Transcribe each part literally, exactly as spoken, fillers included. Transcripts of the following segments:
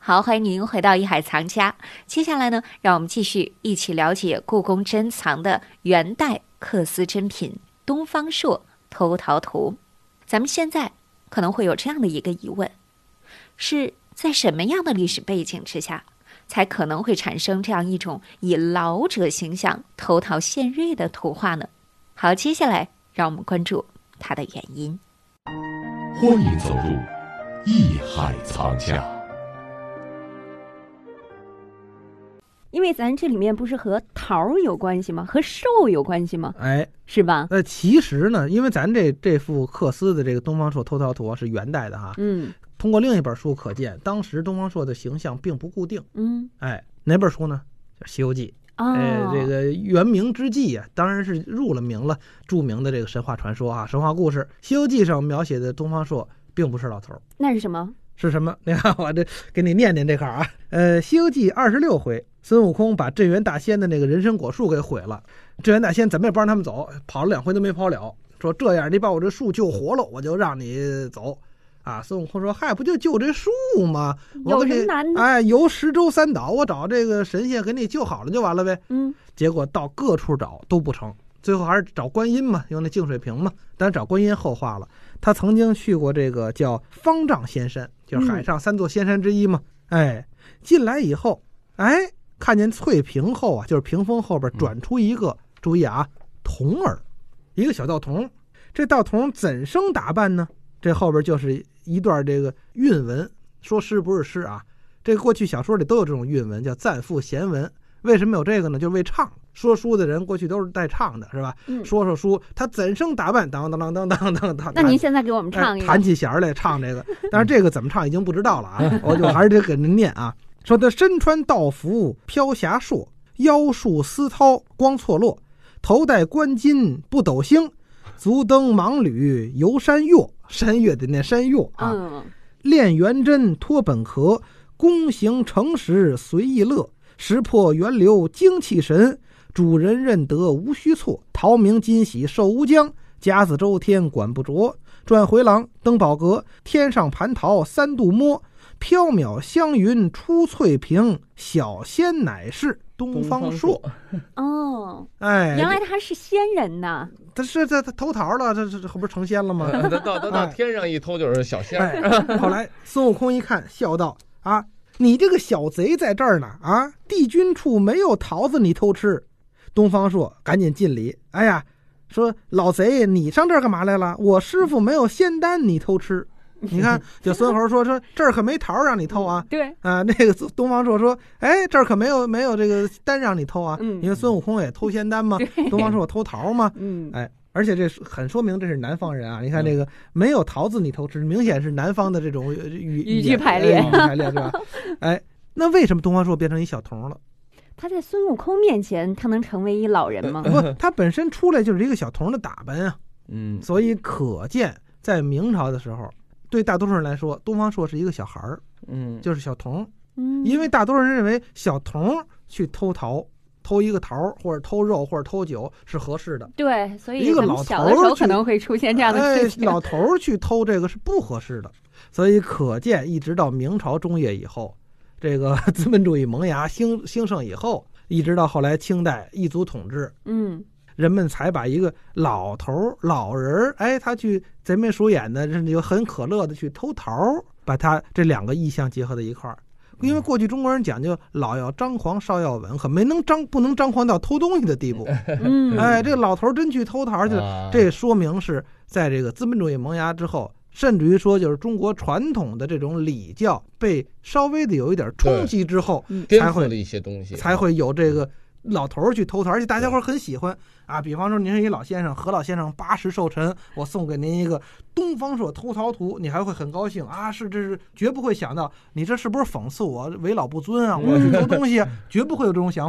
好，欢迎您回到一海藏家。接下来呢，让我们继续一起了解故宫珍藏的元代缂丝珍品东方朔偷桃图。咱们现在可能会有这样的一个疑问，是在什么样的历史背景之下，才可能会产生这样一种以老者形象偷桃献瑞的图画呢？好，接下来让我们关注它的原因。 欢迎走入一海藏家。 因为咱这里面不是和桃有关系吗？和寿有关系吗？ 哎， 是吧？ 呃，其实呢，因为咱这这幅缂丝的这个东方朔偷桃图是元代的哈， 嗯， 通过另一本书可见，当时东方朔的形象并不固定。 嗯， 哎，哪本书呢？叫《西游记》。 哦， 哎，这个元明之际啊，当然是入了名了，著名的这个神话传说啊，神话故事，《西游记》上描写的东方朔并不是老头， 那是什么？ 是什么？你看我这给你念念这块啊。呃，《西游记》二十六回，孙悟空把镇元大仙的那个人参果树给毁了，镇元大仙怎么也不让他们走，跑了两回都没跑了，说这样你把我这树救活了，我就让你走。啊，孙悟空说：“嗨，不就救这树吗？我有给你什么难的？ 哎，游十洲三岛，我找这个神仙给你救好了就完了呗。” 嗯， 结果到各处找都不成，最后还是找观音嘛，用那净水瓶嘛。但是找观音后话了，他曾经去过这个叫方丈仙山，就是海上三座仙山之一嘛。嗯、哎，进来以后，哎，看见翠屏后啊，就是屏风后边转出一个，嗯、注意啊，童儿，一个小道童。这道童怎生打扮呢？这后边就是一段这个韵文，说诗不是诗啊，这个过去小说里都有这种韵文，叫赞赋闲文。为什么有这个呢？就是为唱。说书的人过去都是带唱的，是吧？嗯、说说书，他怎生打扮？当当当当当当当。 那您现在给我们唱一个， 哎、弹起弦来唱这个。但是这个怎么唱已经不知道了啊，我就还是得给您念啊。说他身穿道服飘霞烁，腰束丝绦光错落，头戴冠巾不斗星，足蹬芒履游山岳。山岳的念山岳啊， 嗯， 练元针脱本壳，躬行诚实随意乐，识破源流精气神，主人认得无虚错，桃明金喜寿无疆，甲子周天管不着，转回廊登宝阁，天上蟠桃三度摸，缥缈香云出翠屏，小仙乃是东方朔。 哦， 哎， 原来他是仙人呐！ 他是他他偷桃了，这这这不是成仙了吗？ 他到他到天上一偷就是小仙儿。 哎、后来孙悟空一看，笑道：“啊，你这个小贼在这儿呢！啊，帝君处没有桃子，你偷吃。”东方朔赶紧进礼：“哎呀，说老贼，你上这儿干嘛来了？我师傅没有仙丹，你偷吃。”你看，就孙猴说说这儿可没桃让你偷啊， 对啊，那个东方朔说，哎，这儿可没有没有这个丹让你偷啊， 嗯、 因为孙悟空也偷仙丹嘛，东方朔偷桃嘛， 嗯， 哎，而且这很说明这是南方人啊，你看这个没有桃子你偷吃，明显是南方的这种语语句排列， 语句排列是吧？哎，那为什么东方朔变成一小童了？ 他在孙悟空面前，他能成为一老人吗？ 不，他本身出来就是一个小童的打扮啊， 嗯， 所以可见在明朝的时候。对大多数人来说，东方朔是一个小孩儿， 嗯， 就是小童， 嗯， 因为大多数人认为小童去偷桃，偷一个桃或者偷肉或者偷酒是合适的， 对，所以一个老小的时候可能会出现这样的事情。 哎、老头去偷这个是不合适的，所以可见一直到明朝中叶以后，这个资本主义萌芽兴兴盛以后，一直到后来清代一族统治， 嗯。 人们才把一个老头老人，哎，他去贼眉鼠眼的，甚至有很可乐的去偷桃，把他这两个意象结合在一块儿。因为过去中国人讲究老要张狂，少要稳，可没能张不能张狂到偷东西的地步。 嗯， 哎，这老头真去偷桃去，这说明是在这个资本主义萌芽之后，甚至于说就是中国传统的这种礼教被稍微的有一点冲击之后，才会的一些东西才会有这个。老头去偷桃，而且大家伙很喜欢啊。比方说，您是一老先生，何老先生八十寿辰，我送给您一个东方朔偷桃图，你还会很高兴啊。是，这是绝不会想到你这是不是讽刺我为老不尊啊？我要去偷东西啊，绝不会有这种想法。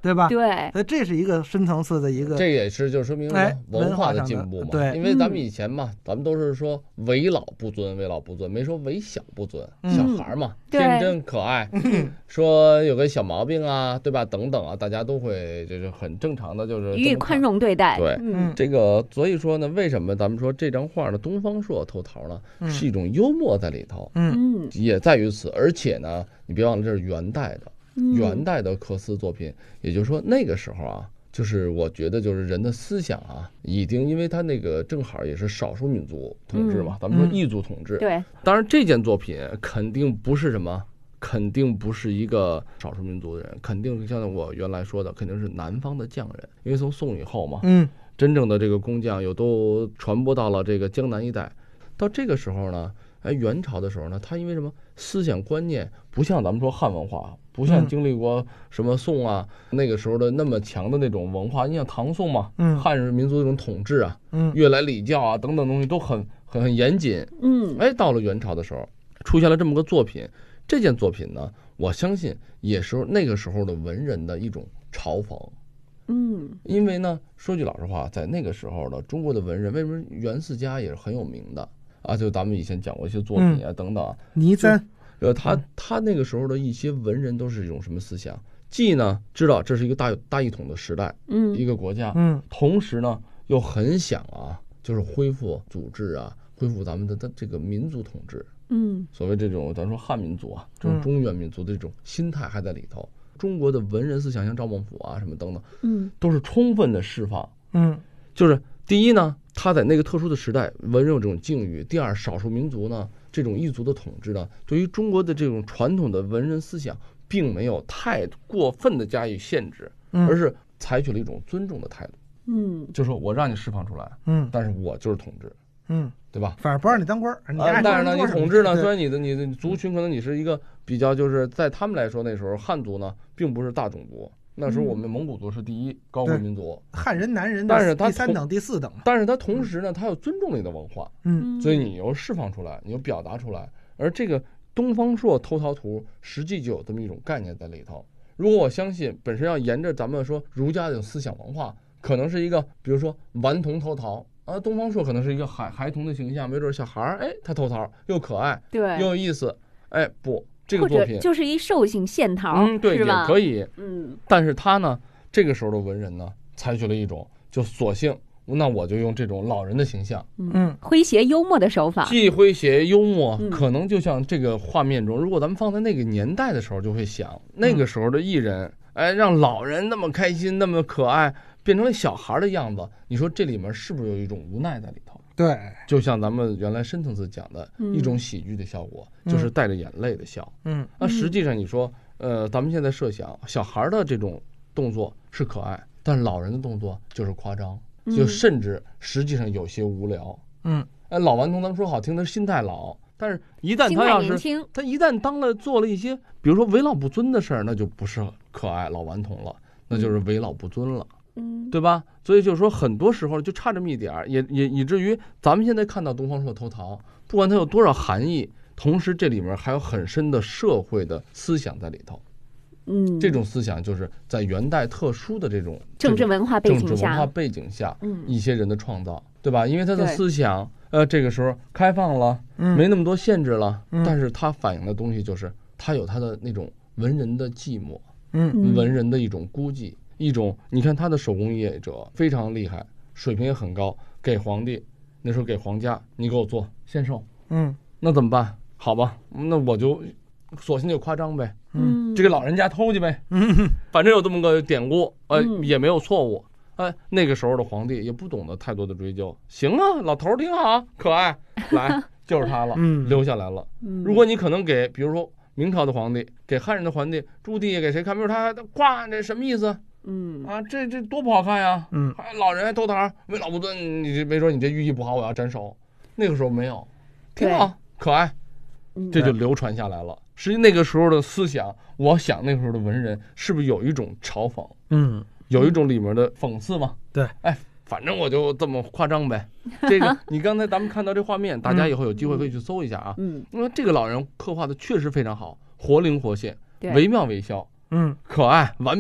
对吧？ 对， 所以这是一个深层次的一个， 这也是就说明哎文化的进步嘛。 对， 因为咱们以前嘛，咱们都是说为老不尊，为老不尊，没说为小不尊。小孩嘛，天真可爱，说有个小毛病啊，对吧？等等啊，大家都会就是很正常的，就是予以宽容对待。 对， 嗯， 这个所以说呢，为什么咱们说这张画的东方朔偷桃呢？是一种幽默在里头， 嗯， 也在于此。而且呢，你别忘了这是元代的。元代的缂丝作品，也就是说那个时候啊，就是我觉得就是人的思想啊，已经因为他那个正好也是少数民族统治嘛，嗯、咱们说异族统治。对，当然这件作品肯定不是什么，肯定不是一个少数民族的人，肯定是像我原来说的，肯定是南方的匠人，因为从宋以后嘛，嗯，真正的这个工匠又都传播到了这个江南一带。到这个时候呢，哎，元朝的时候呢，他因为什么思想观念不像咱们说汉文化。不像经历过什么宋啊、嗯、那个时候的那么强的那种文化，你像唐宋嘛，嗯，汉人民族这种统治啊，嗯，乐来礼教啊等等东西都很很很严谨，嗯，哎，到了元朝的时候，出现了这么个作品，这件作品呢，我相信也是那个时候的文人的一种嘲讽，嗯，因为呢，说句老实话，在那个时候的中国的文人，为什么袁四家也是很有名的啊？就咱们以前讲过一些作品啊、嗯、等等，倪瓒。呃，他他那个时候的一些文人都是一种什么思想？既呢知道这是一个大大一统的时代，嗯，一个国家，嗯，同时呢又很想啊，就是恢复组织啊，恢复咱们的的这个民族统治，嗯，所谓这种咱说汉民族啊，这种中原民族的这种心态还在里头。中国的文人思想，像赵孟頫啊什么等等，嗯，都是充分的释放，嗯，就是第一呢，他在那个特殊的时代，文人有这种境遇；第二，少数民族呢。这种异族的统治呢，对于中国的这种传统的文人思想，并没有太过分的加以限制，而是采取了一种尊重的态度。嗯，就说我让你释放出来，嗯，但是我就是统治，嗯，对吧？ 反正不让你当官，你啊，但是呢，你统治呢，虽然你的你的族群可能你是一个比较，就是在他们来说，那时候汉族呢，并不是大种族。那时候我们蒙古族是第一高贵民族， 汉人、南人， 但是他第三等、第四等。 但是他同时呢，他要尊重你的文化，嗯，所以你又释放出来，你又表达出来。而这个东方朔偷桃图，实际就有这么一种概念在里头。如果我相信本身要沿着咱们说儒家的思想文化，可能是一个，比如说顽童偷桃啊，东方朔可能是一个孩孩童的形象，没准小孩儿，哎，他偷桃又可爱，对，又有意思，哎，不。这个作品就是一兽性线桃， 嗯，对， 也可以，嗯，但是他呢，这个时候的文人呢，采取了一种就索性，那我就用这种老人的形象， 嗯，诙谐幽默的手法， 既诙谐幽默，嗯、可能就像这个画面中，如果咱们放在那个年代的时候，就会想，那个时候的艺人，嗯、哎，让老人那么开心，那么可爱，变成了小孩的样子，你说这里面是不是有一种无奈在里头？ 对， 就像咱们原来深层次讲的一种喜剧的效果，嗯、就是带着眼泪的笑。嗯，那实际上你说，呃，咱们现在设想，小孩的这种动作是可爱，但是老人的动作就是夸张，嗯、就甚至实际上有些无聊。嗯，哎，老顽童咱们说好听的是心态老，但是一旦他要是他一旦当了做了一些，比如说为老不尊的事儿，那就不是可爱老顽童了，那就是为老不尊了。嗯，对吧？所以就是说，很多时候就差这么一点儿，也也以至于咱们现在看到东方朔偷桃，不管它有多少含义，同时这里面还有很深的社会的思想在里头。嗯，这种思想就是在元代特殊的这种政治文化背景下， 政治文化背景下，嗯，一些人的创造，对吧？因为他的思想，呃，这个时候开放了，没那么多限制了，嗯、但是它反映的东西就是他有他的那种文人的寂寞，嗯，文人的一种孤寂。一种，你看他的手工业者非常厉害，水平也很高。给皇帝，那时候给皇家，你给我做献寿，嗯，那怎么办？好吧，那我就索性就夸张呗，嗯，这个老人家偷去呗，嗯，反正有这么个典故，呃，嗯、也没有错误，哎，那个时候的皇帝也不懂得太多的追究，行啊，老头挺好，可爱，来就是他了，嗯，留下来了。如果你可能给，比如说明朝的皇帝，给汉人的皇帝，朱棣给谁看？比如他挂这什么意思？嗯啊，这这多不好看呀！嗯，还老人还偷桃，为老不尊，你这没准你这寓意不好，我要斩首。那个时候没有，挺好，可爱，这就流传下来了。实际那个时候的思想，我想那个时候的文人是不是有一种嘲讽？嗯，有一种里面的讽刺吗？ 对， 哎，反正我就这么夸张呗。这个你刚才咱们看到这画面，大家以后有机会可以去搜一下啊。嗯，因为这个老人刻画的确实非常好，活灵活现，惟妙惟肖。嗯，可爱顽皮，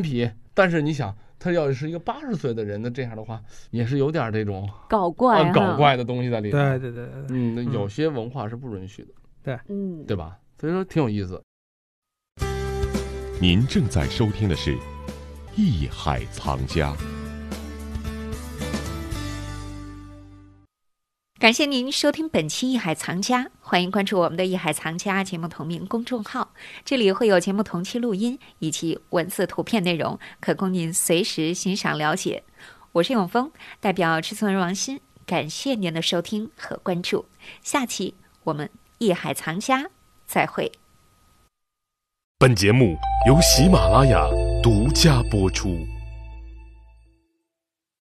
但是你想，他要是一个八十岁的人呢，这样的话也是有点这种搞怪、 啊、搞怪的东西在里头。 对对对对， 嗯，那有些文化是不允许的。 对， 嗯， 对吧？所以说挺有意思。 您正在收听的是《艺海藏家》。 感谢您收听本期《艺海藏家》，欢迎关注我们的《艺海藏家》节目同名公众号，这里会有节目同期录音以及文字图片内容，可供您随时欣赏了解。我是永峰，代表制作人王鑫，感谢您的收听和关注。下期我们《艺海藏家》再会。 本节目由喜马拉雅独家播出。